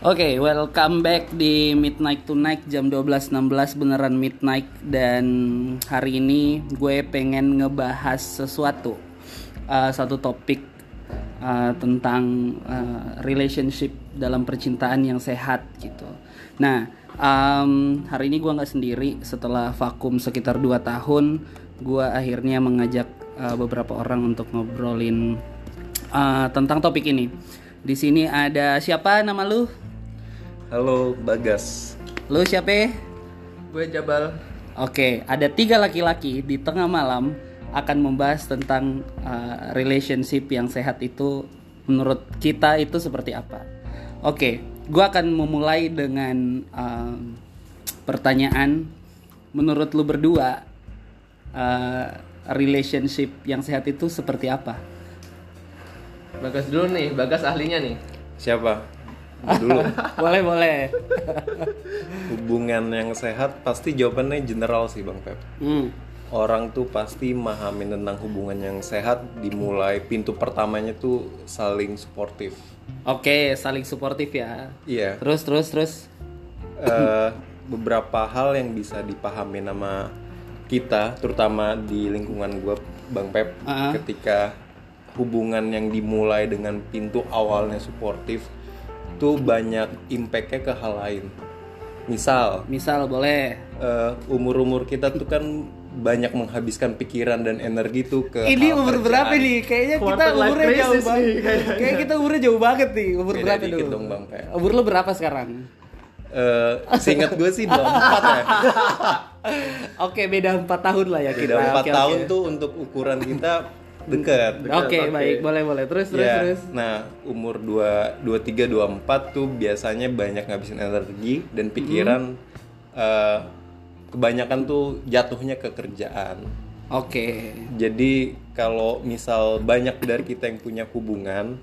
Oke, welcome back di Midnight Tonight jam 12.16 beneran midnight. Dan hari ini gue pengen ngebahas sesuatu, satu topik tentang relationship dalam percintaan yang sehat gitu. Nah, hari ini gue gak sendiri. Setelah vakum sekitar 2 tahun, gue akhirnya mengajak beberapa orang untuk ngobrolin tentang topik ini. Di sini ada siapa, nama lu? Halo, Bagas. Lu siapa? Gue Jabal. Oke, ada 3 laki-laki di tengah malam akan membahas tentang relationship yang sehat itu menurut kita itu seperti apa. Oke, gue akan memulai dengan pertanyaan. Menurut lu berdua, relationship yang sehat itu seperti apa? Bagas dulu nih, Bagas ahlinya nih. Siapa? Dulu. Boleh. Hubungan yang sehat pasti jawabannya general sih, Bang Pep. Orang tuh pasti mahamin tentang hubungan yang sehat dimulai pintu pertamanya tuh saling suportif. Oke, saling suportif ya. Iya. Terus. Beberapa hal yang bisa dipahami sama kita, terutama di lingkungan gue, Bang Pep, ketika hubungan yang dimulai dengan pintu awalnya suportif tuh banyak impact-nya ke hal lain. Misal boleh. Umur kita tuh kan banyak menghabiskan pikiran dan energi tuh ke Ini hal umur kerjaan. berapa nih? Kayaknya kita umurnya jauh banget. Kayaknya kita umurnya jauh banget nih. Umur Beda berapa dikit dulu? dong, Bang Pe. Umur lu berapa sekarang? Seingat gue sih 24 ya. Oke, beda 4 tahun lah ya kita. Beda 4 Oke. tahun tuh untuk ukuran kita dekat. Oke, baik. Boleh. Terus. Nah, umur 23 24 tuh biasanya banyak ngabisin energi dan pikiran. Kebanyakan tuh jatuhnya ke kerjaan. Oke. Jadi kalau misal banyak dari kita yang punya hubungan,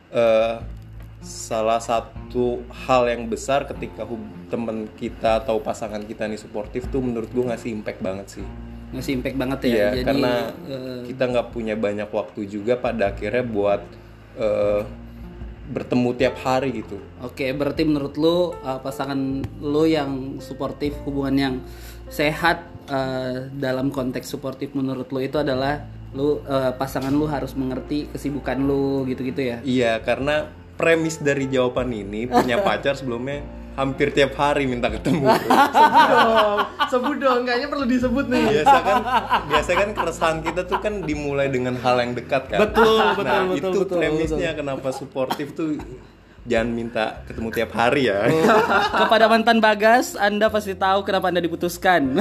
salah satu hal yang besar ketika teman kita atau pasangan kita nih suportif tuh menurut gue ngasih impact banget sih. Ngasih impact banget ya. Iya, Jadi karena kita nggak punya banyak waktu juga pada akhirnya buat bertemu tiap hari gitu. Oke, berarti menurut lu pasangan lu yang suportif, hubungan yang sehat dalam konteks suportif menurut lu itu adalah lu pasangan lu harus mengerti kesibukan lu gitu-gitu ya. Iya, karena premis dari jawaban ini punya pacar sebelumnya hampir tiap hari minta ketemu. Sebut dong, kayaknya perlu disebut nih. Biasa kan keresahan kita tuh kan dimulai dengan hal yang dekat kan. Betul, premisnya kenapa suportif tuh jangan minta ketemu tiap hari ya. Kepada mantan Bagas, Anda pasti tahu kenapa Anda diputuskan.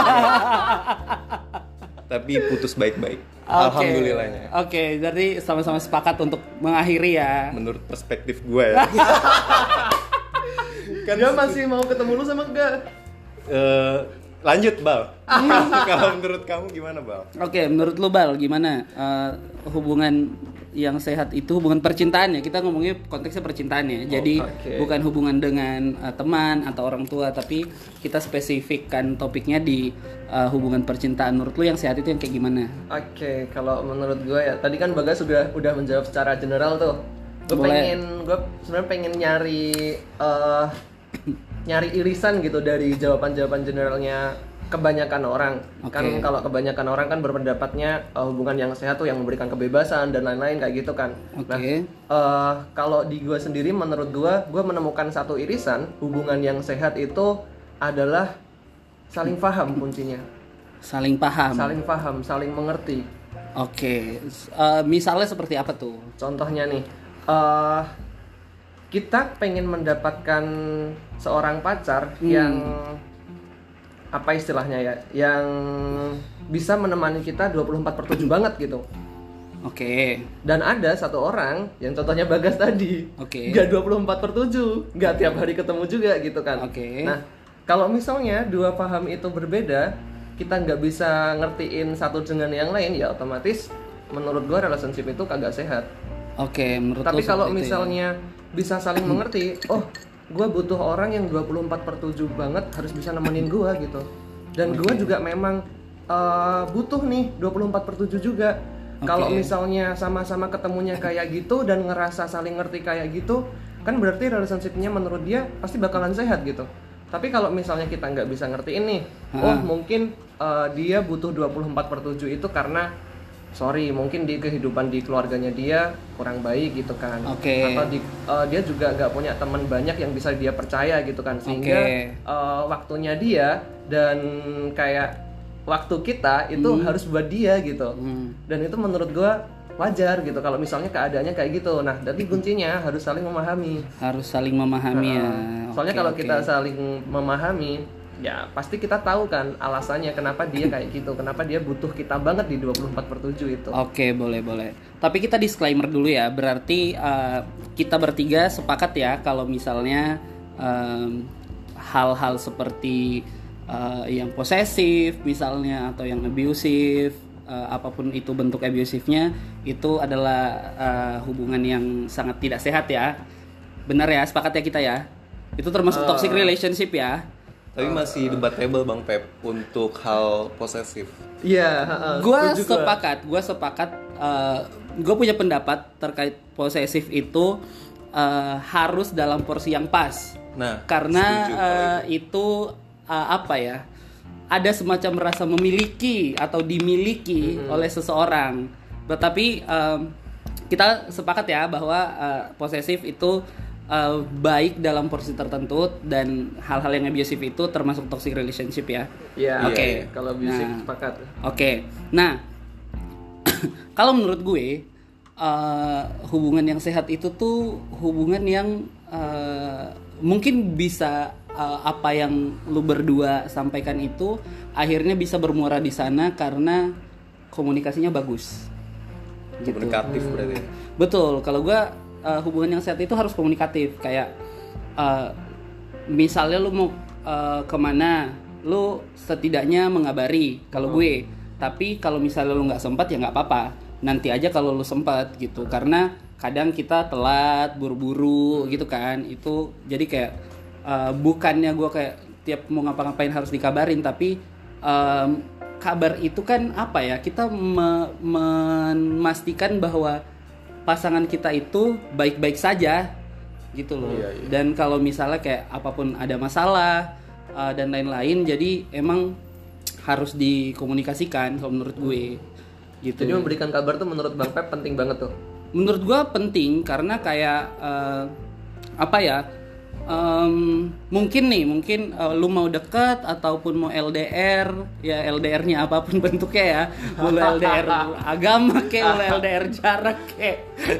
Tapi putus baik-baik. Alhamdulillahnya. Oke, jadi sama-sama sepakat untuk mengakhiri ya. Menurut perspektif gue ya. Kan dia masih mau ketemu lu sama enggak? Lanjut, Bal. Kalau menurut kamu gimana, Bal? Oke, menurut lu Bal gimana hubungan yang sehat itu, hubungan percintaan ya, kita ngomongnya konteksnya percintaan ya. Jadi bukan hubungan dengan teman atau orang tua, tapi kita spesifikkan topiknya di hubungan percintaan. Menurut lu yang sehat itu yang kayak gimana? Oke, kalau menurut gue ya, tadi kan Bagas udah menjawab secara general tuh. Gue sebenarnya pengen nyari irisan gitu dari jawaban-jawaban generalnya kebanyakan orang. Kan kalau kebanyakan orang kan berpendapatnya hubungan yang sehat tuh yang memberikan kebebasan dan lain-lain kayak gitu kan. Nah, kalau di gue sendiri menurut gue menemukan satu irisan hubungan yang sehat itu adalah saling paham kuncinya. Saling paham, saling mengerti. Oke. Misalnya seperti apa tuh? Contohnya nih, kita pengen mendapatkan seorang pacar yang apa istilahnya ya, yang bisa menemani kita 24/7 banget gitu. Oke. Dan ada satu orang yang contohnya Bagas tadi, nggak 24/7, nggak tiap hari ketemu juga gitu kan. Nah, kalau misalnya dua paham itu berbeda, kita nggak bisa ngertiin satu dengan yang lain, ya otomatis menurut gua relationship itu kagak sehat. Tapi kalau misalnya bisa saling mengerti, gue butuh orang yang 24/7 banget harus bisa nemenin gue gitu. Dan gue juga memang butuh nih 24/7 juga. Kalau misalnya sama-sama ketemunya kayak gitu dan ngerasa saling ngerti kayak gitu, kan berarti relationship-nya menurut dia pasti bakalan sehat gitu. Tapi kalau misalnya kita nggak bisa ngertiin nih, mungkin dia butuh 24/7 itu karena mungkin di kehidupan di keluarganya dia kurang baik gitu kan. Atau dia juga nggak punya teman banyak yang bisa dia percaya gitu kan, sehingga waktunya dia dan kayak waktu kita itu harus buat dia gitu. Dan itu menurut gua wajar gitu kalau misalnya keadaannya kayak gitu. Nah, jadi kuncinya harus saling memahami. Ya. Soalnya kalau kita saling memahami, ya pasti kita tahu kan alasannya kenapa dia kayak gitu, kenapa dia butuh kita banget di 24/7 itu. Oke, boleh. Tapi kita disclaimer dulu ya. Berarti kita bertiga sepakat ya kalau misalnya hal-hal seperti yang posesif misalnya atau yang abusive, apapun itu bentuk abusifnya, itu adalah hubungan yang sangat tidak sehat ya. Benar ya, sepakat ya kita ya. Itu termasuk toxic relationship ya. Tapi masih debatable Bang Pep untuk hal posesif. Iya, Gue sepakat. Gue punya pendapat terkait posesif itu harus dalam porsi yang pas. Nah, karena itu apa ya? Ada semacam rasa memiliki atau dimiliki oleh seseorang. Tetapi kita sepakat ya bahwa posesif itu baik dalam porsi tertentu, dan hal-hal yang abusive itu termasuk toxic relationship ya. Iya. Oke. Kalau abusive sepakat. Oke. Nah, kalau menurut gue hubungan yang sehat itu tuh hubungan yang mungkin bisa apa yang lu berdua sampaikan itu akhirnya bisa bermuara di sana karena komunikasinya bagus. Komunikatif gitu. Berarti. Betul. Kalau gue hubungan yang sehat itu harus komunikatif. Kayak misalnya lu mau kemana, lu setidaknya mengabari kalau gue. Tapi kalau misalnya lu nggak sempat ya nggak apa-apa. Nanti aja kalau lu sempat gitu. Karena kadang kita telat, buru-buru gitu kan. Itu jadi kayak bukannya gue kayak tiap mau ngapa-ngapain harus dikabarin, tapi kabar itu kan apa ya, kita memastikan bahwa pasangan kita itu baik-baik saja gitu loh. Iya. Dan kalau misalnya kayak apapun ada masalah dan lain-lain, jadi emang harus dikomunikasikan kalau menurut gue gitu. Jadi memberikan kabar tuh menurut Bang Pep penting banget tuh. Menurut gue penting karena kayak apa ya, mungkin lu mau deket ataupun mau LDR, ya LDR-nya apapun bentuknya ya, boleh LDR agama kayak, boleh LDR jarak kayak.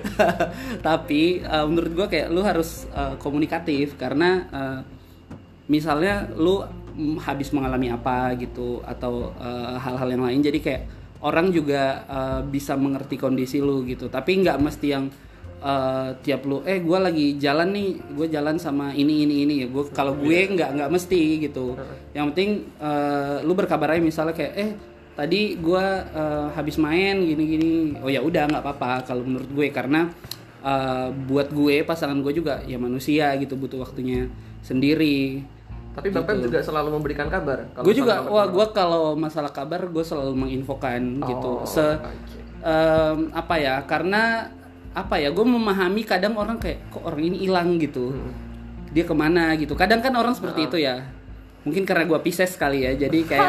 Tapi menurut gua kayak lu harus komunikatif, karena misalnya lu habis mengalami apa gitu atau hal-hal yang lain, jadi kayak orang juga bisa mengerti kondisi lu gitu. Tapi nggak mesti yang tiap lu gue lagi jalan nih, gue jalan sama ini ya, gue kalau gue nggak mesti gitu. Yang penting lu berkabar aja, misalnya kayak tadi gue habis main gini, oh ya udah nggak apa-apa kalau menurut gue, karena buat gue pasangan gue juga ya manusia gitu, butuh waktunya sendiri. Tapi Bang Pep juga selalu memberikan kabar. Gue juga, gue kalau masalah kabar gue selalu menginfokan gitu. Apa ya, karena apa ya, gue memahami kadang orang kayak kok orang ini hilang gitu, dia kemana gitu. Kadang kan orang seperti itu ya. Mungkin karena gue Pisces kali ya, jadi kayak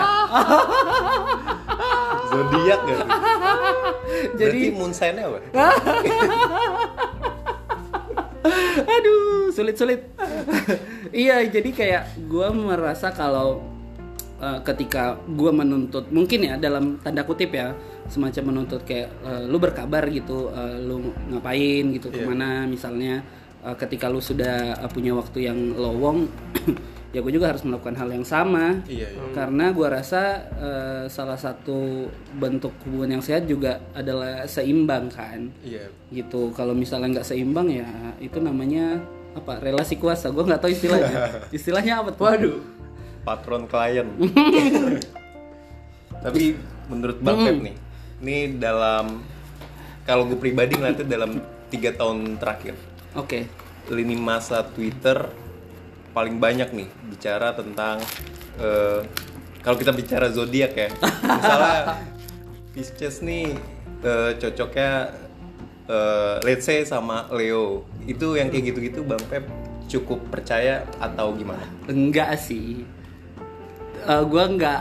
zodiak gak? Jadi berarti moon sign-nya apa? Aduh, sulit. Iya, jadi kayak gue merasa kalau ketika gue menuntut, mungkin ya dalam tanda kutip ya, semacam menuntut kayak lu berkabar gitu, lu ngapain gitu, kemana misalnya, ketika lu sudah punya waktu yang lowong ya gue juga harus melakukan hal yang sama. Karena gue rasa salah satu bentuk hubungan yang sehat juga adalah seimbang kan. Gitu. Kalau misalnya nggak seimbang ya itu namanya apa, relasi kuasa. Gue nggak tahu istilahnya apa tuh. Waduh, patron klien. Tapi menurut Bang Pep nih, ini dalam, kalau gue pribadi ngeliatnya dalam 3 tahun terakhir, lini masa Twitter paling banyak nih bicara tentang kalau kita bicara zodiak ya, misalnya Pisces nih cocoknya let's say sama Leo, itu yang kayak gitu-gitu Bang Pep cukup percaya atau gimana? Enggak sih, gue nggak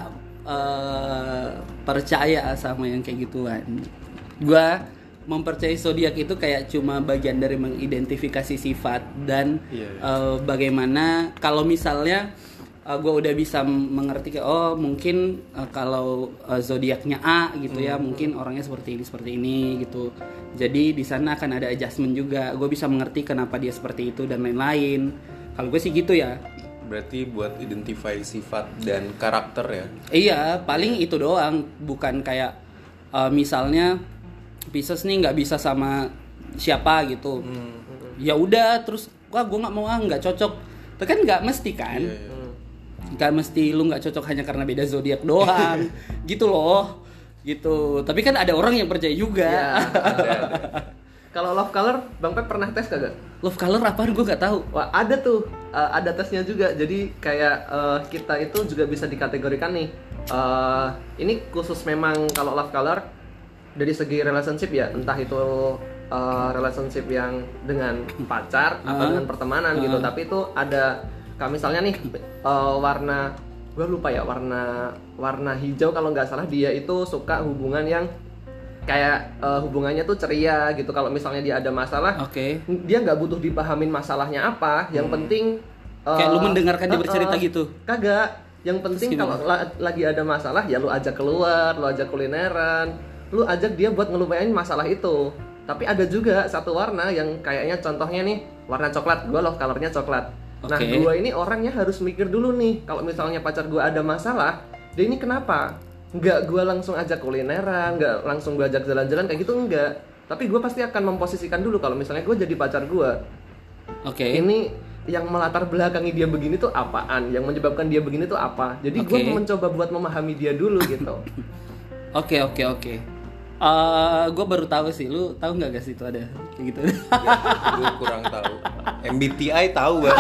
percaya sama yang kayak gituan. Gue mempercayai zodiak itu kayak cuma bagian dari mengidentifikasi sifat dan bagaimana kalau misalnya gue udah bisa mengerti kayak mungkin kalau zodiaknya A gitu ya, mungkin orangnya seperti ini gitu. Jadi di sana akan ada adjustment juga. Gue bisa mengerti kenapa dia seperti itu dan lain-lain. Kalau gue sih gitu ya. Berarti buat identify sifat dan karakter ya? Iya, paling itu doang. Bukan kayak misalnya Pisces nih nggak bisa sama siapa gitu. Ya udah, terus gue nggak mau, nggak cocok. Itu kan nggak mesti kan? Gak mesti lu nggak cocok hanya karena beda zodiak doang, gitu loh, gitu. Tapi kan ada orang yang percaya juga. Ya, ada. Kalau love color, Bang Pep pernah tes kagak? Love color apaan? Gue nggak tahu. Wah, ada tuh, ada tesnya juga. Jadi kayak kita itu juga bisa dikategorikan nih. Ini khusus memang kalau love color dari segi relationship ya, entah itu relationship yang dengan pacar atau dengan pertemanan gitu. Tapi itu ada. Kayak misalnya nih warna, gue lupa ya, warna hijau kalau nggak salah, dia itu suka hubungan yang kayak hubungannya tuh ceria gitu. Kalau misalnya dia ada masalah, dia nggak butuh dipahamin masalahnya apa, yang penting kayak lu mendengarkan dia bercerita gitu. Kagak, yang penting kalau lagi ada masalah ya lu ajak keluar, lu ajak kulineran, lu ajak dia buat ngelupain masalah itu. Tapi ada juga satu warna yang kayaknya contohnya nih warna coklat, gue love colornya coklat. Nah, gue ini orangnya harus mikir dulu nih, kalau misalnya pacar gue ada masalah, dia ini kenapa? Nggak gue langsung ajak kulineran, nggak langsung gue ajak jalan-jalan kayak gitu, enggak. Tapi gue pasti akan memposisikan dulu kalau misalnya gue jadi pacar gue. Ini yang melatar belakangi dia begini tuh apaan? Yang menyebabkan dia begini tuh apa? Jadi gue mencoba buat memahami dia dulu gitu. Oke. Gue baru tahu sih, lu tahu nggak guys itu ada kayak gitu? Gue kurang tahu. MBTI tahu gak?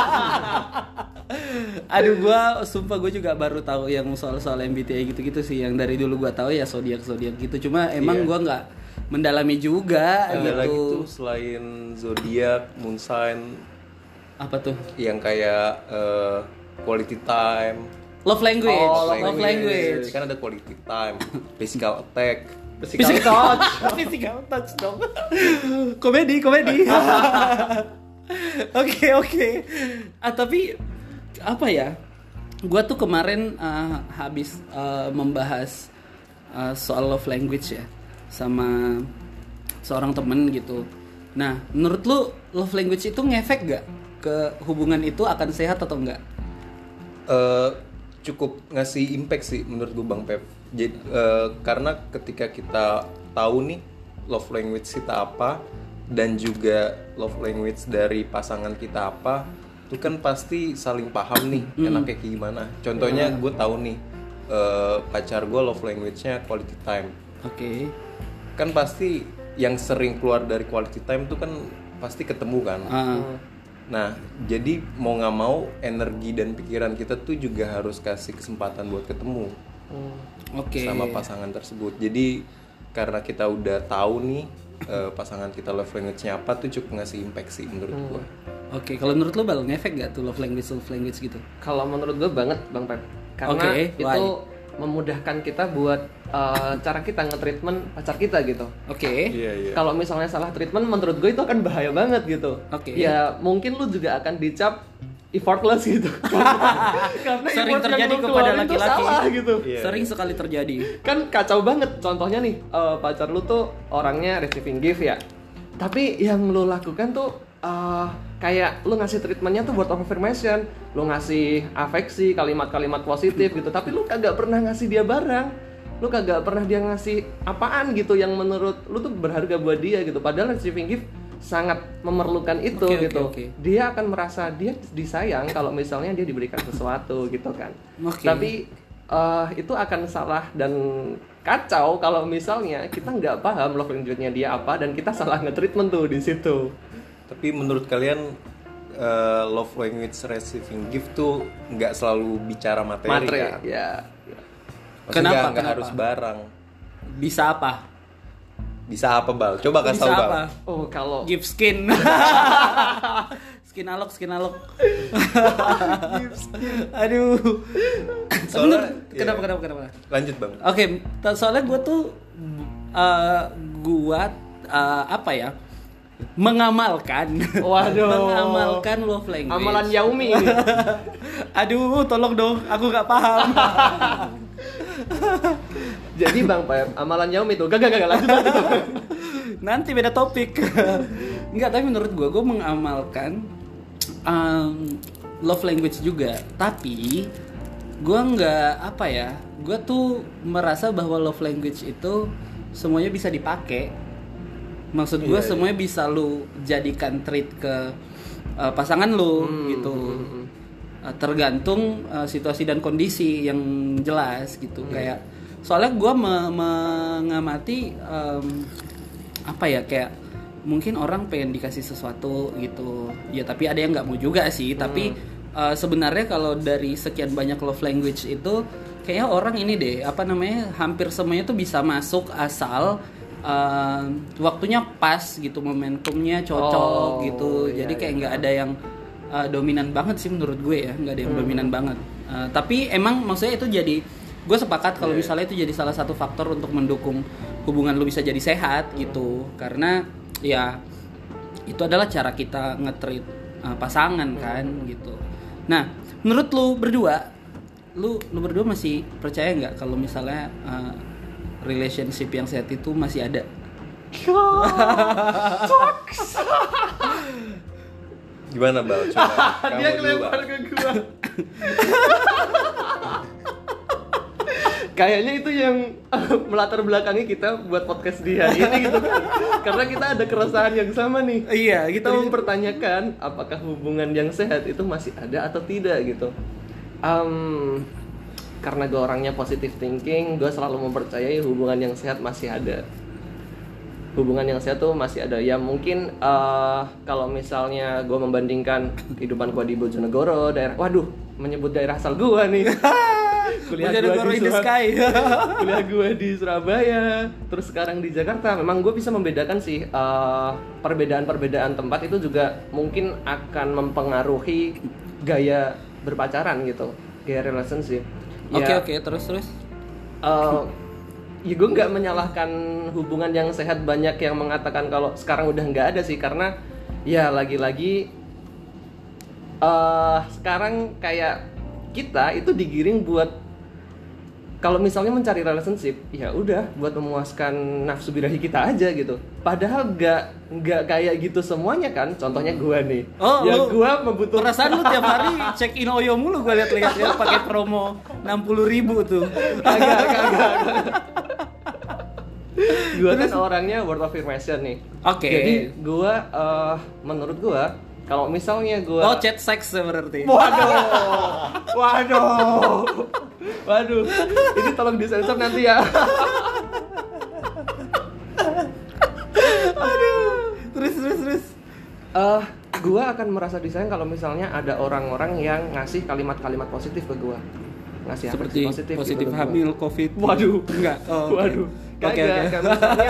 Aduh, gue sumpah gue juga baru tahu yang soal MBTI gitu-gitu sih. Yang dari dulu gue tahu ya zodiak gitu. Cuma emang gue nggak mendalami juga. Ada gitu. lagi tuh selain zodiak, moon sign. Apa tuh? Yang kayak quality time. Love language. Kan ada quality time, physical attack. Physical touch dong. Komedi. Oke. Tapi apa ya? Gua tuh kemarin habis membahas soal love language ya sama seorang temen gitu. Nah, menurut lu love language itu ngefek gak ke hubungan itu, akan sehat atau enggak? Cukup ngasih impact sih menurut gue Bang Pep. Jadi, karena ketika kita tahu nih love language kita apa dan juga love language dari pasangan kita apa, itu kan pasti saling paham nih enaknya kayak gimana. Contohnya gue tahu nih pacar gue love language-nya quality time. Kan pasti yang sering keluar dari quality time tuh kan pasti ketemu kan. Nah, jadi mau nggak mau energi dan pikiran kita tuh juga harus kasih kesempatan buat ketemu sama pasangan tersebut. Jadi karena kita udah tahu nih pasangan kita love language-nya apa, tuh cukup ngasih impact sih menurut gua. Kalau menurut lo ngefek gak tuh love language gitu? Kalau menurut gua banget Bang Pep. Karena itu memudahkan kita buat cara kita nge-treatment pacar kita gitu. Kalau misalnya salah treatment, menurut gue itu akan bahaya banget gitu. Ya mungkin lu juga akan dicap effortless gitu. Karena sering terjadi kepada laki-laki gitu. Sering sekali terjadi. Kan kacau banget. Contohnya nih, pacar lu tuh orangnya receiving gift ya. Tapi yang lu lakukan tuh kayak lu ngasih treatmentnya tuh buat affirmation, lu ngasih afeksi, kalimat-kalimat positif gitu, tapi lu kagak pernah ngasih dia barang, lu kagak pernah dia ngasih apaan gitu yang menurut lu tuh berharga buat dia gitu. Padahal receiving gift sangat memerlukan itu gitu. Dia akan merasa dia disayang kalau misalnya dia diberikan sesuatu gitu kan. Tapi itu akan salah dan kacau kalau misalnya kita nggak paham love language-nya dia apa dan kita salah nge-treatment tuh di situ. Tapi menurut kalian love language receiving gift tuh nggak selalu bicara materi kan? Ya. Kenapa? Nggak harus barang. Bisa apa? Bisa apa, Bal? Coba kasih tahu, Bal. Oh, kalau give skin. Skin alok. Aduh. Soalnya kenapa? Lanjut, Bang. Oke, soalnya gue tuh apa ya? Mengamalkan. Waduh. Mengamalkan love language. Amalan Yaumi ini. Aduh, tolong dong, aku nggak paham. Jadi Bang Pep, amalan Yaumi tuh gak lanjut. Nanti beda topik. Enggak, tapi menurut gue mengamalkan love language juga. Tapi gue nggak apa ya, gue tuh merasa bahwa love language itu semuanya bisa dipakai. Maksud gue semuanya bisa lu jadikan treat ke pasangan lu gitu. Tergantung situasi dan kondisi yang jelas gitu. Kayak soalnya gue mengamati apa ya, kayak mungkin orang pengen dikasih sesuatu gitu ya, tapi ada yang nggak mau juga sih. Tapi sebenarnya kalau dari sekian banyak love language itu kayaknya orang ini deh, apa namanya, hampir semuanya tuh bisa masuk asal waktunya pas gitu, momentumnya cocok gitu. Jadi kayak nggak ada yang dominan banget sih menurut gue ya, nggak ada yang dominan banget. Tapi emang maksudnya itu jadi, gue sepakat kalau misalnya itu jadi salah satu faktor untuk mendukung hubungan lu bisa jadi sehat gitu. Karena ya itu adalah cara kita nge-treat pasangan kan gitu. Nah, menurut lu berdua masih percaya nggak kalau misalnya relationship yang sehat itu masih ada? Gimana, Bal? Coba. Dia ngelempar ke gua. Kayaknya itu yang melatar belakangi kita buat podcast di hari ini gitu kan. Karena kita ada keresahan yang sama nih. Iya, kita mempertanyakan apakah hubungan yang sehat itu masih ada atau tidak gitu. Karena gue orangnya positive thinking, gue selalu mempercayai hubungan yang sehat masih ada. Hubungan yang sehat tuh masih ada. Ya mungkin kalau misalnya gue membandingkan kehidupan gue di Bojonegoro, menyebut daerah asal gue nih. Kuliah gue di Surabaya, terus sekarang di Jakarta. Memang gue bisa membedakan sih, perbedaan-perbedaan tempat itu juga mungkin akan mempengaruhi gaya berpacaran gitu, gaya relationship. Oke, terus. Ya gue nggak menyalahkan hubungan yang sehat. Banyak yang mengatakan kalau sekarang udah nggak ada sih, karena ya lagi-lagi sekarang kayak kita itu digiring buat kalau misalnya mencari relationship, ya udah buat memuaskan nafsu birahi kita aja gitu. Padahal nggak kayak gitu semuanya kan. Contohnya gue nih, gue membutuhkan. Perasaan lu tiap hari check in Oyo mulu, gue lihat ya pakai promo 60.000 tuh. Kagak. Gue kan orangnya word of affirmation nih. Oke. Jadi gue, menurut gue, kalau misalnya gue chat seks berarti. Waduh, ini tolong disensor nanti ya. Terus. Gue akan merasa disayang kalau misalnya ada orang-orang yang ngasih kalimat-kalimat positif ke gue, ngasih seperti positif gitu hamil COVID. Waduh, enggak. Waduh, kagak. Kayak misalnya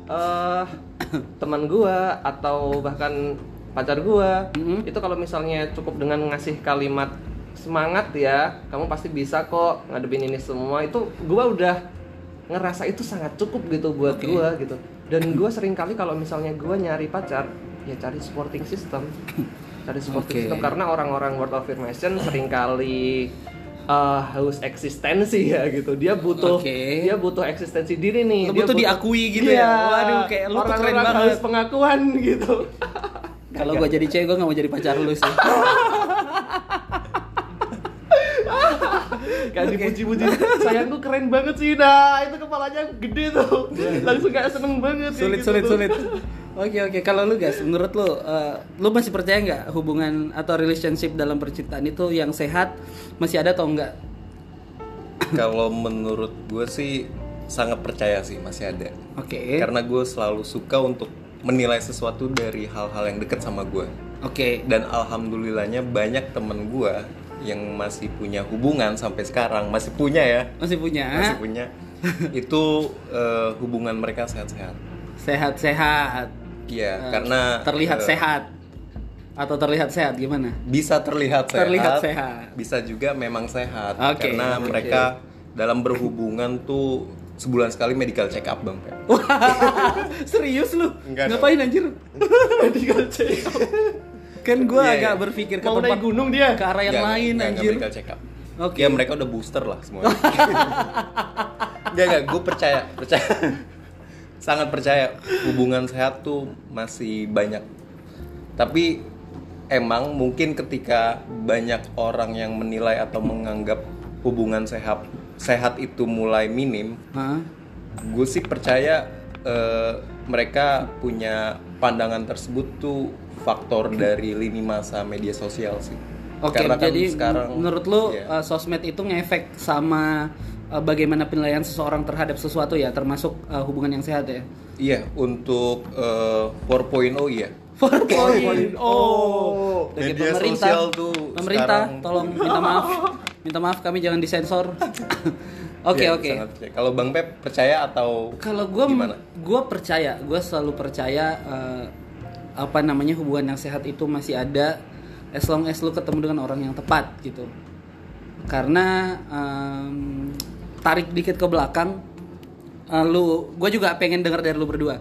teman gue atau bahkan pacar gue, itu kalau misalnya cukup dengan ngasih kalimat semangat ya, kamu pasti bisa kok ngadepin ini semua, itu gue udah ngerasa itu sangat cukup gitu buat gue gitu. Dan gue sering kali kalau misalnya gue nyari pacar, ya cari supporting system, karena orang-orang word of affirmation sering kali haus eksistensi ya gitu. Dia butuh eksistensi diri nih. Dia butuh diakui gitu ya. Waduh, kayak lu tuh keren banget. Haus pengakuan gitu. Kalau gue jadi cewek, gue gak mau jadi pacar lu sih. Kayak dipuji-puji, sayangku keren banget sih. Nah, itu kepalanya gede tuh. Langsung kayak seneng banget. Sulit. Oke. Kalau lu guys, menurut lu masih percaya nggak hubungan atau relationship dalam percintaan itu yang sehat masih ada atau enggak? Kalau menurut gue sih sangat percaya sih masih ada. Oke. Karena gue selalu suka untuk menilai sesuatu dari hal-hal yang dekat sama gue. Oke. Dan alhamdulillahnya banyak temen gue yang masih punya hubungan sampai sekarang, masih punya. Itu hubungan mereka sehat-sehat. Sehat-sehat. Iya, karena terlihat sehat atau terlihat sehat gimana? Bisa terlihat sehat. Bisa juga memang sehat. Okay. Karena mereka dalam berhubungan tuh sebulan sekali medical check up, Bang. Serius lu? Enggak ngapain anjir? Medical check up. Kan gue agak berpikir ke tempat gunung dia, ke arah yang lain anjir. Medical check up. Okay. Ya mereka udah booster lah semuanya. Enggak, gue percaya. Sangat percaya hubungan sehat tuh masih banyak. Tapi emang mungkin ketika banyak orang yang menilai atau menganggap hubungan sehat itu mulai minim, gue sih percaya mereka punya pandangan tersebut tuh faktor dari lini masa media sosial sih. Oke, kan jadi sekarang, menurut lu sosmed itu ngefek sama bagaimana penilaian seseorang terhadap sesuatu ya, termasuk hubungan yang sehat ya? Iya, untuk 4.0 iya. 4.0. Media sosial tuh pemerintah sekarang... tolong minta maaf kami jangan disensor. Oke. Kalau Bang Pep percaya atau kalau gue percaya, gue selalu percaya hubungan yang sehat itu masih ada as long as lu ketemu dengan orang yang tepat gitu. Karena tarik dikit ke belakang, gue juga pengen dengar dari lu berdua.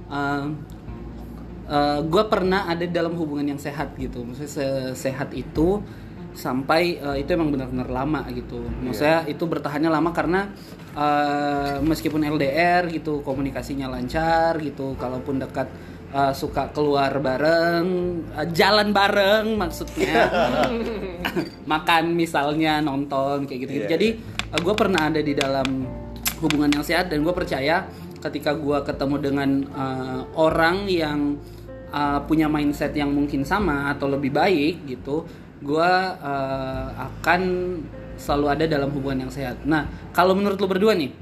Gue pernah ada dalam hubungan yang sehat gitu, maksudnya sehat itu sampai itu emang benar-benar lama gitu. Maksudnya itu bertahannya lama karena meskipun LDR gitu, komunikasinya lancar gitu, kalaupun dekat suka keluar bareng, jalan bareng maksudnya, makan misalnya, nonton kayak gitu. Jadi gue pernah ada di dalam hubungan yang sehat dan gue percaya ketika gue ketemu dengan orang yang punya mindset yang mungkin sama atau lebih baik gitu, gue akan selalu ada dalam hubungan yang sehat. Nah, kalau menurut lu berdua nih,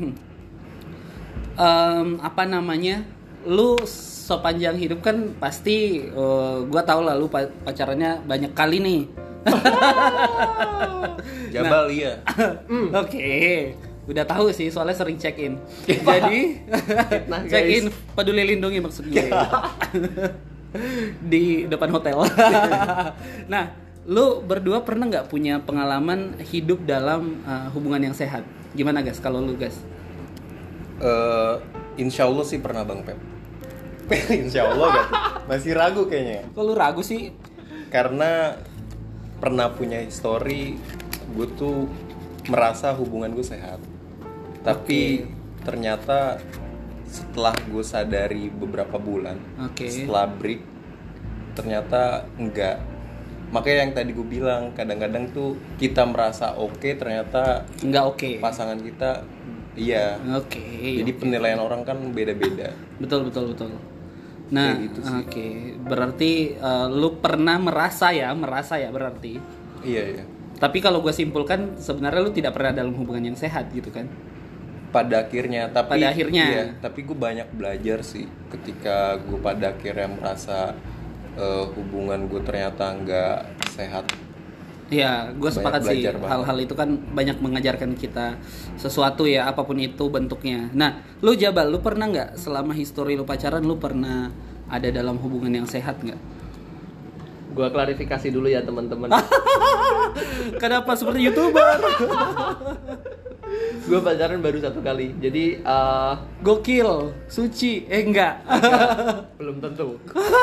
lu sepanjang hidup kan pasti gue tahu lah lu pacarannya banyak kali nih. Jabal iya. Oke. Udah tahu sih soalnya sering check in. Jadi check in Peduli Lindungi maksud gue. Di depan hotel. Nah, lu berdua pernah nggak punya pengalaman hidup dalam hubungan yang sehat? Gimana guys kalau lu guys? Insya Allah sih pernah Bang Pep. Insya Allah gak tuh? Masih ragu kayaknya. Kok lu ragu sih? Karena pernah punya histori gue tuh merasa hubungan gue sehat. Tapi ternyata setelah gue sadari beberapa bulan, setelah break, ternyata enggak. Makanya yang tadi gue bilang, kadang-kadang tuh kita merasa oke, ternyata enggak oke. Pasangan kita iya. Jadi penilaian orang kan beda-beda. Betul. Nah, gitu berarti lu pernah merasa ya berarti. Iya. Tapi kalau gue simpulkan sebenarnya lu tidak pernah dalam hubungan yang sehat gitu kan? Pada akhirnya. Iya, tapi gue banyak belajar sih ketika gue pada akhirnya merasa hubungan gue ternyata nggak sehat. Iya, gue sepakat sih. Hal-hal itu kan banyak mengajarkan kita sesuatu ya, apapun itu bentuknya. Nah, lu Jabal, lu pernah nggak selama histori lu pacaran, lu pernah ada dalam hubungan yang sehat nggak? Gue klarifikasi dulu ya teman-teman. Kenapa seperti YouTuber? Gue pacaran baru 1 kali. Jadi gokil, suci, enggak. Belum tentu.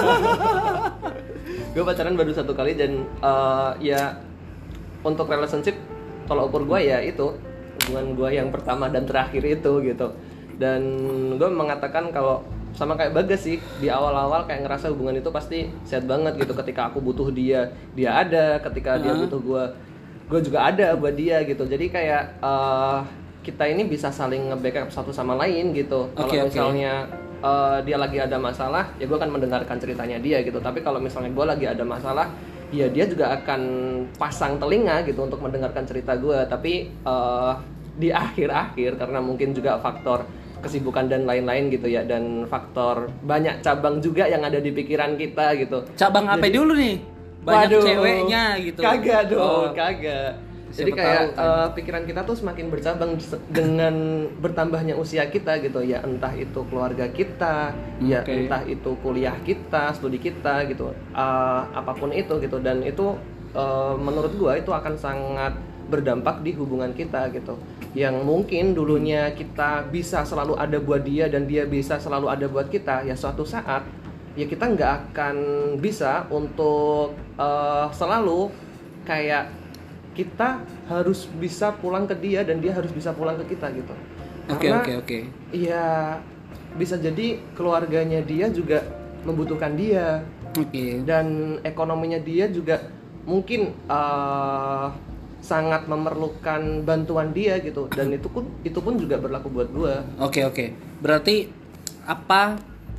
Gue pacaran baru 1 kali dan ya untuk relationship tolak ukur gue ya itu hubungan gue yang pertama dan terakhir itu gitu. Dan gue mengatakan kalau sama kayak Bagas sih, di awal-awal kayak ngerasa hubungan itu pasti sehat banget gitu. Ketika aku butuh dia ada. Ketika dia butuh gue juga ada buat dia gitu. Jadi kayak kita ini bisa saling nge-backup satu sama lain gitu. Kalau misalnya dia lagi ada masalah, ya gue akan mendengarkan ceritanya dia gitu. Tapi kalau misalnya gue lagi ada masalah, ya dia juga akan pasang telinga gitu untuk mendengarkan cerita gue. Tapi di akhir-akhir karena mungkin juga faktor kesibukan dan lain-lain gitu ya, dan faktor banyak cabang juga yang ada di pikiran kita gitu. Cabang apa dulu nih? Banyak ceweknya gitu. Kagak dong, kagak. Jadi kayak kan. Pikiran kita tuh semakin bercabang dengan bertambahnya usia kita gitu ya, entah itu keluarga kita, ya entah itu kuliah kita, studi kita gitu, apapun itu gitu. Dan itu menurut gua itu akan sangat berdampak di hubungan kita gitu. Yang mungkin dulunya kita bisa selalu ada buat dia dan dia bisa selalu ada buat kita, ya suatu saat ya kita nggak akan bisa untuk selalu kayak kita harus bisa pulang ke dia dan dia harus bisa pulang ke kita gitu. Oke. Iya, bisa jadi keluarganya dia juga membutuhkan dia. Dan ekonominya dia juga mungkin sangat memerlukan bantuan dia gitu. Dan itu pun juga berlaku buat gua. Oke. Berarti apa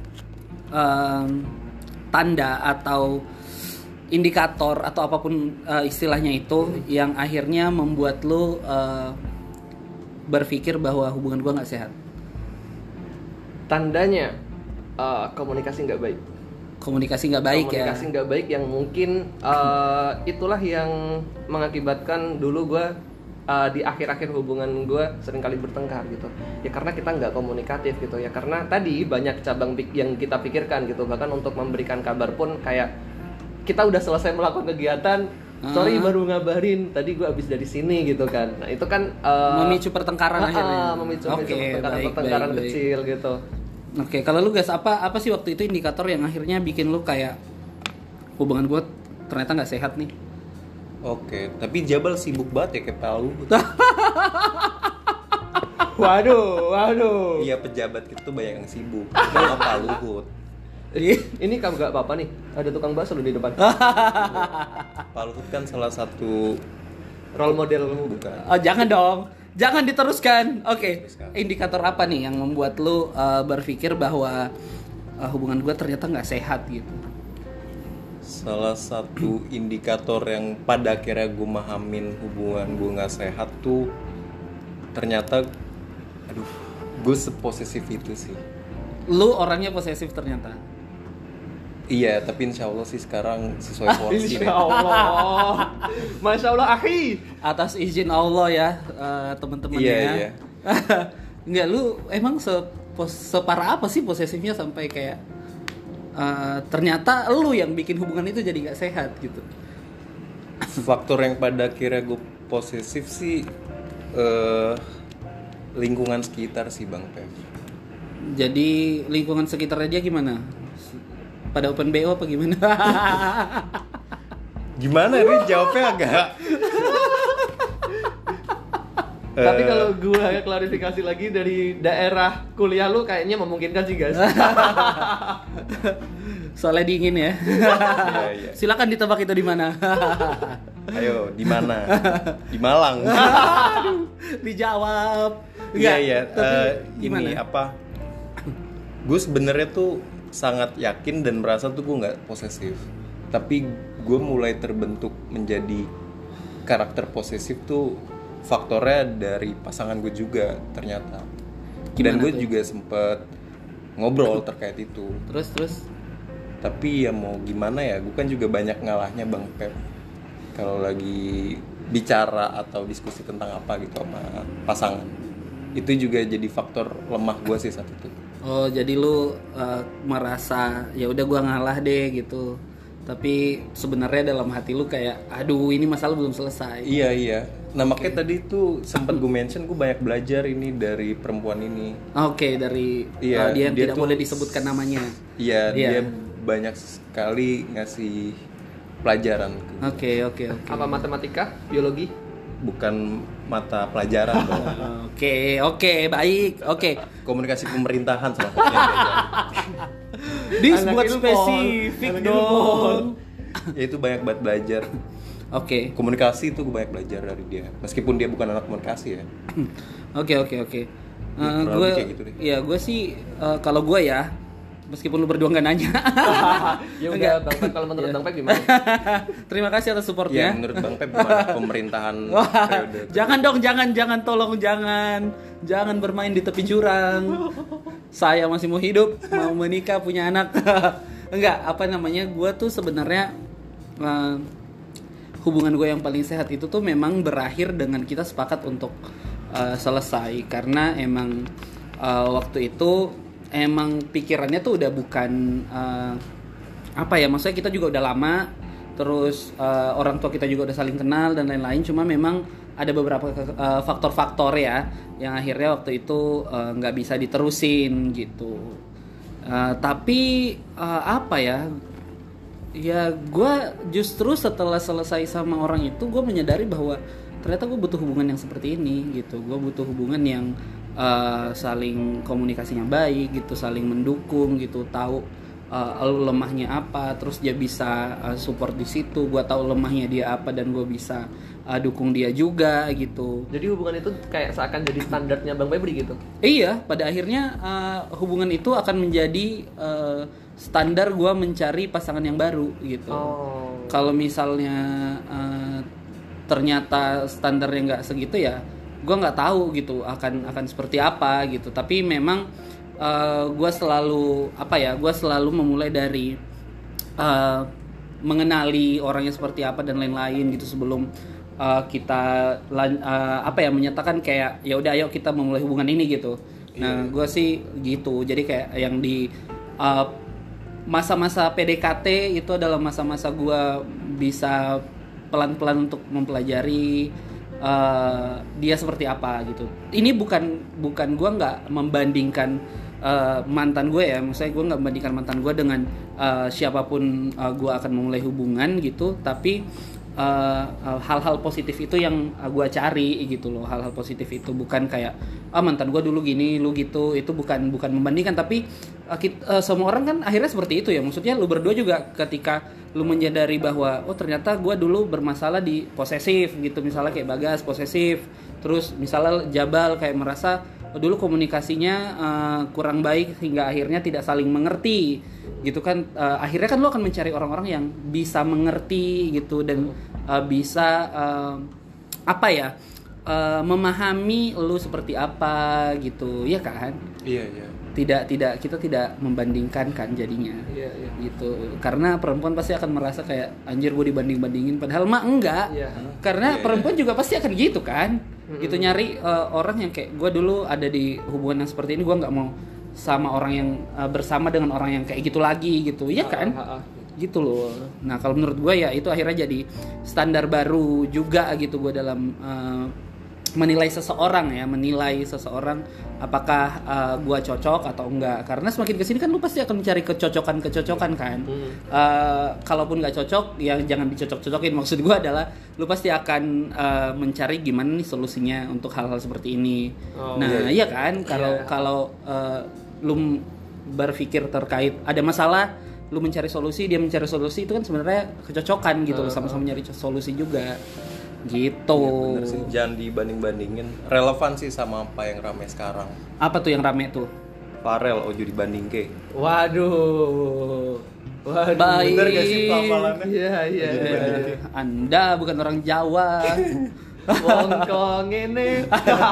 tanda atau indikator atau apapun istilahnya itu yang akhirnya membuat lu berpikir bahwa hubungan gua nggak sehat? Tandanya komunikasi nggak baik. Komunikasi nggak baik yang mungkin itulah yang mengakibatkan dulu gua di akhir-akhir hubungan gue seringkali bertengkar gitu ya, karena kita nggak komunikatif gitu ya, karena tadi banyak cabang yang kita pikirkan gitu. Bahkan untuk memberikan kabar pun kayak kita udah selesai melakukan kegiatan, sorry baru ngabarin tadi gue abis dari sini gitu kan. Nah itu kan memicu pertengkaran akhirnya. Memicu pertengkaran kecil gitu. Oke, kalau lu guys apa sih waktu itu indikator yang akhirnya bikin lu kayak hubungan gue ternyata nggak sehat nih? Oke, tapi Jabal sibuk banget ya kayak Pak Luhut. Waduh. Iya, pejabat itu banyak yang sibuk. Sama Pak Luhut. Ini kamu nggak apa-apa nih, ada tukang bakso di depan. Pak Luhut kan salah satu role model bukan? Oh jangan dong, jangan diteruskan. Oke. Indikator apa nih yang membuat lu berpikir bahwa hubungan gue ternyata nggak sehat gitu? Salah satu indikator yang pada akhirnya gue mahamin hubungan gue nggak sehat tuh ternyata, gue seposesif itu sih. Lu orangnya posesif ternyata? Iya, tapi insya Allah sih sekarang sesuai porsi. Insya Allah. Masya Allah, akhi. Atas izin Allah ya, teman-teman ya. Iya. Enggak, lu emang separah apa sih posesifnya sampai kayak ternyata lu yang bikin hubungan itu jadi nggak sehat gitu? Faktor yang pada akhirnya gue posesif sih lingkungan sekitar sih Bang Pev. Jadi lingkungan sekitarnya dia gimana? Pada open BO apa gimana? Gimana nih jawabnya agak. Tapi kalau gue klarifikasi lagi dari daerah kuliah lu kayaknya memungkinkan sih guys. Soalnya dingin ya. Iya. Silakan ditebak itu di mana. Ayo, di mana? Di Malang. Dijawab. Iya. Gimana? Ini apa? Gue sebenarnya tuh sangat yakin dan merasa tuh gue nggak posesif. Tapi gue mulai terbentuk menjadi karakter posesif tuh faktornya dari pasangan gue juga ternyata. Dan gue juga sempet ngobrol terkait itu. Terus? Tapi ya mau gimana ya, gue kan juga banyak ngalahnya Bang Pep kalau lagi bicara atau diskusi tentang apa gitu sama pasangan. Itu juga jadi faktor lemah gue sih saat itu. Oh, jadi lu merasa ya udah gue ngalah deh gitu. Tapi sebenarnya dalam hati lu kayak aduh ini masalah belum selesai. Iya. Nah makanya tadi tuh sempat gue mention gue banyak belajar ini dari perempuan ini. Oke, dari dia tidak boleh disebutkan namanya. Iya, dia banyak sekali ngasih pelajaran. Oke. Apa matematika, biologi? Bukan mata pelajaran dong. Oke, baik. Oke. Komunikasi pemerintahan salah satunya. Disebut spesifik dong. Ya itu banyak banget belajar. Oke. Komunikasi itu gue banyak belajar dari dia. Meskipun dia bukan anak komunikasi ya. Oke. Gue gitu deh. Ya gue sih kalau gue ya, meskipun lu berdua nggak nanya. Ya udah Bang Pep, kalau menurut Bang Pep gimana? Terima kasih atas supportnya. Ya menurut Bang Pep gimana pemerintahan periode? Jangan dong, jangan, tolong jangan bermain di tepi jurang. Saya masih mau hidup, mau menikah, punya anak. Enggak, gue tuh sebenarnya hubungan gue yang paling sehat itu tuh memang berakhir dengan kita sepakat untuk selesai, karena emang waktu itu emang pikirannya tuh udah bukan apa ya, maksudnya kita juga udah lama, terus orang tua kita juga udah saling kenal dan lain-lain, cuma memang ada beberapa faktor-faktor ya yang akhirnya waktu itu nggak bisa diterusin gitu. Tapi apa ya gue justru setelah selesai sama orang itu gue menyadari bahwa ternyata gue butuh hubungan yang seperti ini gitu. Gue butuh hubungan yang saling komunikasinya baik gitu, saling mendukung gitu, tahu lu lemahnya apa, terus dia bisa support di situ. Gue tahu lemahnya dia apa dan gue bisa dukung dia juga gitu. Jadi hubungan itu kayak seakan jadi standarnya Bang Febri gitu? Iya, pada akhirnya hubungan itu akan menjadi standar gue mencari pasangan yang baru gitu. Kalau misalnya ternyata standarnya nggak segitu ya, gue nggak tahu gitu akan seperti apa gitu. Tapi memang gue selalu memulai dari mengenali orangnya seperti apa dan lain-lain gitu sebelum kita menyatakan kayak ya udah ayo kita memulai hubungan ini gitu. Nah gue sih gitu, jadi kayak yang di masa-masa PDKT itu adalah masa-masa gue bisa pelan-pelan untuk mempelajari dia seperti apa gitu. Ini bukan gue nggak membandingkan mantan gue ya, maksudnya gue nggak membandingkan mantan gue dengan siapapun gue akan memulai hubungan gitu, tapi hal-hal positif itu yang gue cari gitu loh. Hal-hal positif itu bukan kayak mantan gue dulu gini lu gitu, itu bukan membandingkan, tapi semua orang kan akhirnya seperti itu ya. Maksudnya lu berdua juga ketika lu menyadari bahwa ternyata gue dulu bermasalah di posesif gitu, misalnya kayak Bagas posesif, terus misalnya Jabal kayak merasa dulu komunikasinya kurang baik hingga akhirnya tidak saling mengerti gitu kan. Akhirnya kan lu akan mencari orang-orang yang bisa mengerti gitu dan bisa memahami lu seperti apa gitu ya kan. Iya. Tidak kita tidak membandingkan kan jadinya. Iya. Gitu. Karena perempuan pasti akan merasa kayak anjir gue dibanding-bandingin, padahal mah enggak. Karena perempuan juga pasti akan gitu kan. Gitu nyari orang yang kayak gue dulu ada di hubungan yang seperti ini, gue nggak mau sama orang yang bersama dengan orang yang kayak gitu lagi gitu. Iya kan? Gitu loh. Nah, kalau menurut gue ya itu akhirnya jadi standar baru juga gitu gue dalam menilai seseorang apakah gue cocok atau enggak. Karena semakin kesini kan lu pasti akan mencari kecocokan kan. Kalaupun nggak cocok ya jangan dicocok-cocokin. Maksud gue adalah lu pasti akan mencari gimana nih solusinya untuk hal-hal seperti ini. Iya kan. Kalau lu berpikir terkait ada masalah, lu mencari solusi, dia mencari solusi, itu kan sebenarnya kecocokan gitu. Sama-sama nyari solusi juga. Gitu. Ya, bener sih, jangan dibanding-bandingin. Relevan sih sama apa yang rame sekarang. Apa tuh yang rame tuh? Farel ojo dibanding ke. Waduh. Baik. Bener gak sih pelafalannya? Iya. Anda bukan orang Jawa. Wongkong ini.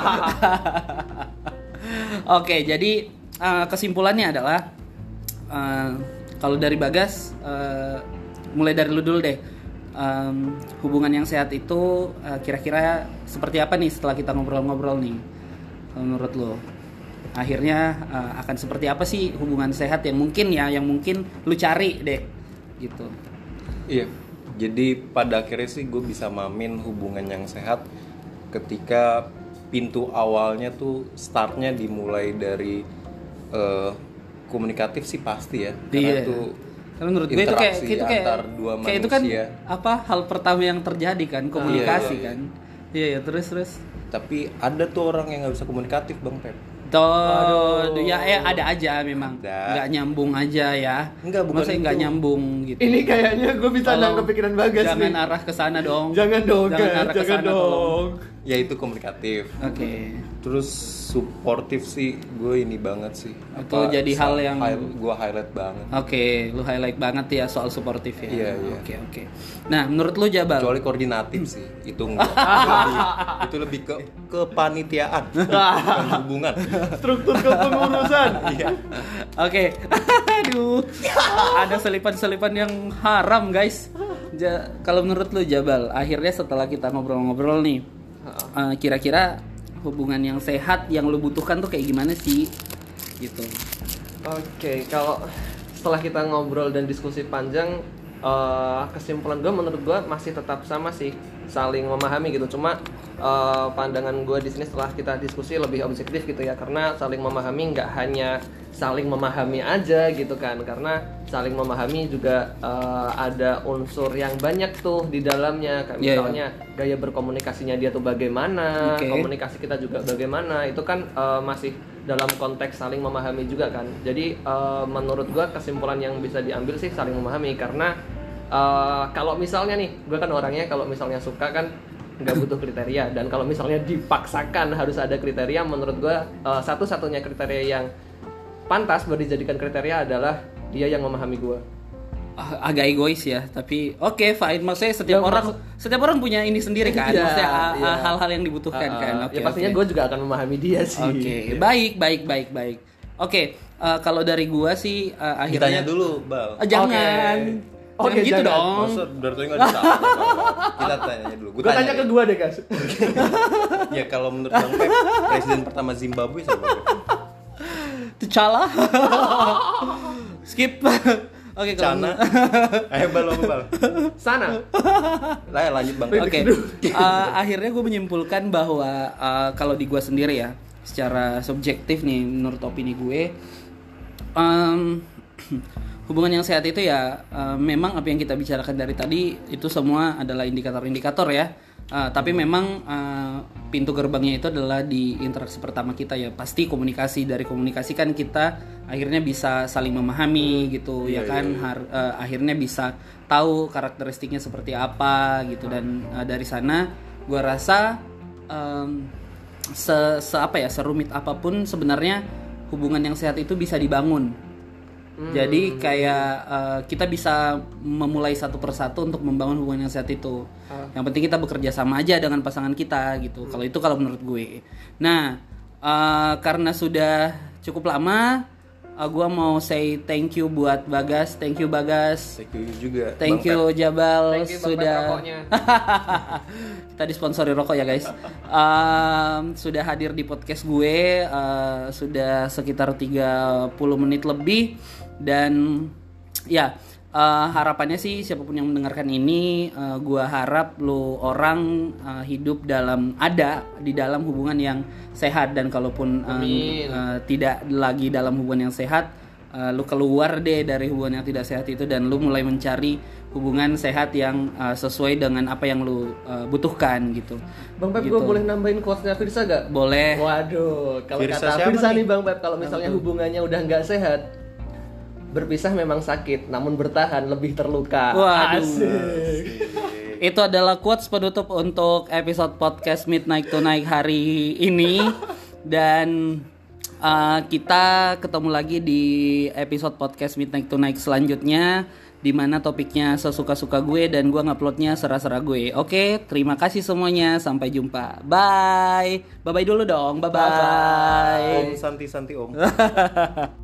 Oke, jadi kesimpulannya adalah kalau dari Bagas, mulai dari lu dulu deh. Hubungan yang sehat itu kira-kira seperti apa nih setelah kita ngobrol-ngobrol nih menurut lo? Akhirnya akan seperti apa sih hubungan sehat yang mungkin lu cari deh gitu. Iya, jadi pada akhirnya sih gue bisa mamin hubungan yang sehat ketika pintu awalnya tuh startnya dimulai dari komunikatif sih pasti ya. Karena tuh menurut gue itu kayak antar dua manusia. Kayak itu kan hal pertama yang terjadi kan, komunikasi kan. Iya, terus. Tapi ada tuh orang yang nggak bisa komunikatif Bang Pep. Ada aja memang. Nggak nyambung aja ya. Maksudnya nggak nyambung gitu. Ini kayaknya gue bisa nangkep pikiran Bagas jangan nih. Arah ke sana dong. Jangan arah ke sana dong. Ya itu komunikatif. Oke. Terus suportif sih gue ini banget sih. Itu jadi hal yang gue highlight banget. Oke, lu highlight banget ya soal suportif ya. Iya. Oke. Nah, menurut lu Jabal? Kecuali koordinatif sih, itu enggak. itu lebih ke kepanitiaan, bukan hubungan. Struktur kepengurusan. Iya. Oke. Aduh. Ada selipan-selipan yang haram, guys. Kalau menurut lu Jabal, akhirnya setelah kita ngobrol-ngobrol nih, kira-kira hubungan yang sehat yang lu butuhkan tuh kayak gimana sih? Gitu. Oke, kalau setelah kita ngobrol dan diskusi panjang, kesimpulan gue menurut gue masih tetap sama sih, saling memahami gitu. Cuma pandangan gue di sini setelah kita diskusi lebih objektif gitu ya, karena saling memahami nggak hanya saling memahami aja gitu kan, karena saling memahami juga ada unsur yang banyak tuh di dalamnya, kayak misalnya gaya berkomunikasinya dia tuh bagaimana, komunikasi kita juga bagaimana, itu kan masih dalam konteks saling memahami juga kan. Jadi menurut gue kesimpulan yang bisa diambil sih saling memahami, karena kalau misalnya nih, gue kan orangnya kalau misalnya suka kan nggak butuh kriteria, dan kalau misalnya dipaksakan harus ada kriteria, menurut gue satu-satunya kriteria yang pantas buat dijadikan kriteria adalah dia yang memahami gue. Agak egois ya, tapi oke, fine. Maksudnya setiap orang punya ini sendiri kan, maksudnya hal-hal yang dibutuhkan kan. Ya pastinya gue juga akan memahami dia sih. Oke, baik. Oke, kalau dari gue sih akhirnya ditanya dulu, Bal. Jangan. Oke, gitu dong. Maksud berarti nggak bisa. Kita tanya dulu. Gue tanya ke gue deh, guys. Ya kalau menurut Bang Pep, presiden pertama Zimbabwe siapa? T'Challa. Skip. Oke, Cana. Ayo Bal. Sana. Lah lanjut Bang. Oke. Akhirnya gue menyimpulkan bahwa kalau di gue sendiri ya, secara subjektif nih menurut opini gue, hubungan yang sehat itu ya memang apa yang kita bicarakan dari tadi itu semua adalah indikator-indikator ya. Tapi memang pintu gerbangnya itu adalah di interaksi pertama kita ya. Pasti komunikasi, dari komunikasi kan kita akhirnya bisa saling memahami gitu ya kan. Akhirnya bisa tahu karakteristiknya seperti apa gitu, dan dari sana gue rasa serumit apapun sebenarnya hubungan yang sehat itu bisa dibangun. Jadi kayak kita bisa memulai satu persatu untuk membangun hubungan yang sehat itu. Yang penting kita bekerja sama aja dengan pasangan kita gitu. Kalau menurut gue. Nah, karena sudah cukup lama, gue mau say thank you buat Bagas. Thank you Bagas. Thank you juga. Thank you Jabal. Thank you, sudah kita disponsori rokok ya guys. Sudah hadir di podcast gue. Sudah sekitar 30 menit lebih. Dan ya harapannya sih siapapun yang mendengarkan ini, gue harap lu orang hidup di dalam hubungan yang sehat, dan kalaupun tidak lagi dalam hubungan yang sehat, lu keluar deh dari hubungan yang tidak sehat itu dan lu mulai mencari hubungan sehat yang sesuai dengan apa yang lu butuhkan gitu. Bang Pep, gitu. gue boleh nambahin quotes-nya Firsa gak? Boleh. Waduh, kalau kata Firsa nih Bang Pep, kalau misalnya hubungannya udah nggak sehat, berpisah memang sakit, namun bertahan lebih terluka. Waduh. Asik. Itu adalah quotes penutup untuk episode podcast Midnight Tonight hari ini. Dan kita ketemu lagi di episode podcast Midnight Tonight selanjutnya, di mana topiknya sesuka-suka gue dan gue nguploadnya serah-serah gue. Oke, terima kasih semuanya. Sampai jumpa. Bye. Bye-bye dulu dong. Bye-bye. Om santi-santi om.